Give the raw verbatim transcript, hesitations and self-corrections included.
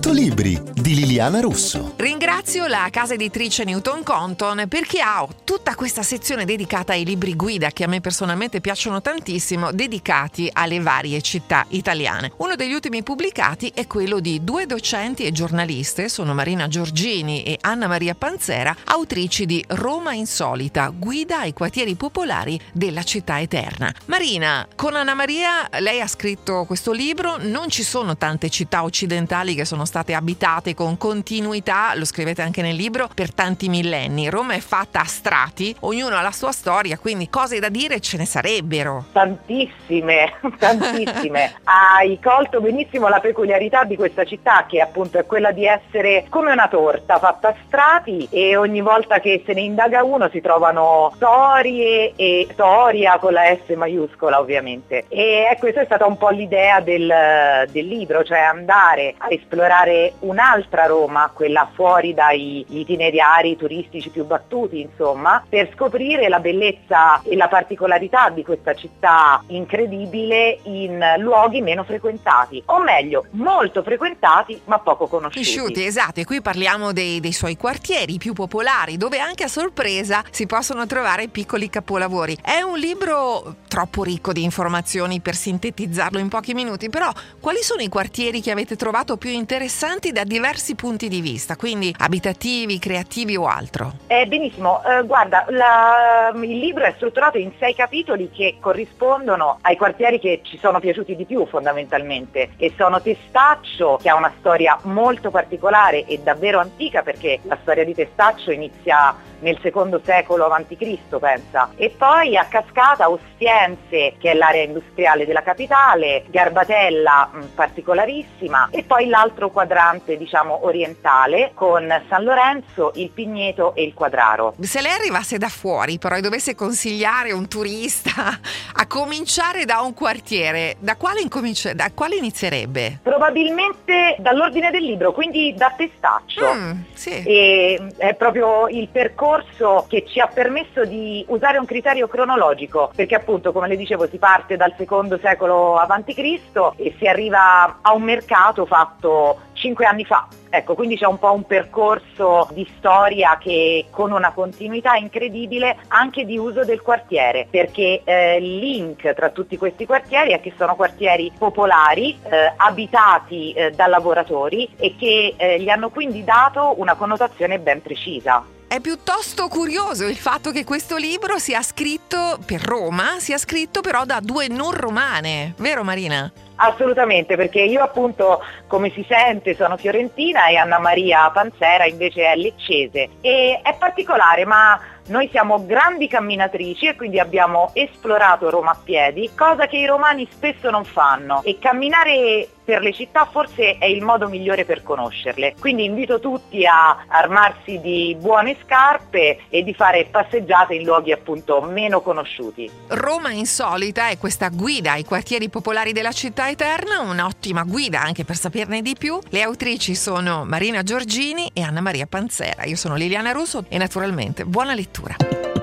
cento libri di Liliana Russo. Ringrazio la casa editrice Newton Compton perché ha tutta questa sezione dedicata ai libri guida che a me personalmente piacciono tantissimo, dedicati alle varie città italiane. Uno degli ultimi pubblicati è quello di due docenti e giornaliste, sono Marina Giorgini e Anna Maria Panzera, autrici di Roma Insolita, guida ai quartieri popolari della città eterna. Marina, con Anna Maria lei ha scritto questo libro, non ci sono tante città occidentali che sono state abitate con continuità, lo scrivete anche nel libro, per tanti millenni. Roma è fatta a strati, ognuno ha la sua storia, quindi cose da dire ce ne sarebbero. Tantissime, tantissime. Hai colto benissimo la peculiarità di questa città, che appunto è quella di essere come una torta fatta a strati, e ogni volta che se ne indaga uno si trovano storie e storia con la S maiuscola ovviamente. E eh, questa è stata un po' l'idea del, del libro, cioè andare a esplorare un'altra Roma, quella fuori dai itinerari turistici più battuti, insomma, per scoprire la bellezza e la particolarità di questa città incredibile in luoghi meno frequentati, o meglio, molto frequentati ma poco conosciuti. Conosciuti, esatto, e qui parliamo dei, dei suoi quartieri più popolari, dove anche a sorpresa si possono trovare piccoli capolavori. È un libro troppo ricco di informazioni per sintetizzarlo in pochi minuti, però quali sono i quartieri che avete trovato più interessanti da diversi punti di vista, quindi abitativi, creativi o altro? Eh, benissimo, eh, guarda, la, il libro è strutturato in sei capitoli che corrispondono ai quartieri che ci sono piaciuti di più fondamentalmente, e sono Testaccio, che ha una storia molto particolare e davvero antica, perché la storia di Testaccio inizia nel secondo secolo avanti Cristo, pensa, e poi a cascata Ostiense, che è l'area industriale della capitale, Garbatella mh, particolarissima, e poi l'altro quadrante diciamo orientale con San Lorenzo, il Pigneto e il Quadraro. Se lei arrivasse da fuori però e dovesse consigliare un turista a cominciare da un quartiere, da quale, incominci- da quale inizierebbe? Probabilmente dall'ordine del libro, quindi da Testaccio. Mm, sì. E è proprio il percorso che ci ha permesso di usare un criterio cronologico, perché appunto, come le dicevo, si parte dal secondo secolo avanti Cristo e si arriva a un mercato fatto cinque anni fa. Ecco, quindi c'è un po' un percorso di storia che con una continuità incredibile anche di uso del quartiere, perché eh, il link tra tutti questi quartieri è che sono quartieri popolari, eh, abitati eh, da lavoratori, e che eh, gli hanno quindi dato una connotazione ben precisa. È piuttosto curioso il fatto che questo libro sia scritto per Roma, sia scritto però da due non romane, vero Marina? Assolutamente, perché io appunto, come si sente, sono fiorentina e Anna Maria Panzera invece è leccese, e è particolare, ma noi siamo grandi camminatrici e quindi abbiamo esplorato Roma a piedi, cosa che i romani spesso non fanno, e camminare per le città forse è il modo migliore per conoscerle. Quindi invito tutti a armarsi di buone scarpe e di fare passeggiate in luoghi appunto meno conosciuti. Roma Insolita è questa guida ai quartieri popolari della città eterna, un'ottima guida anche per saperne di più. Le autrici sono Marina Giorgini e Anna Maria Panzera. Io sono Liliana Russo e naturalmente buona lettura.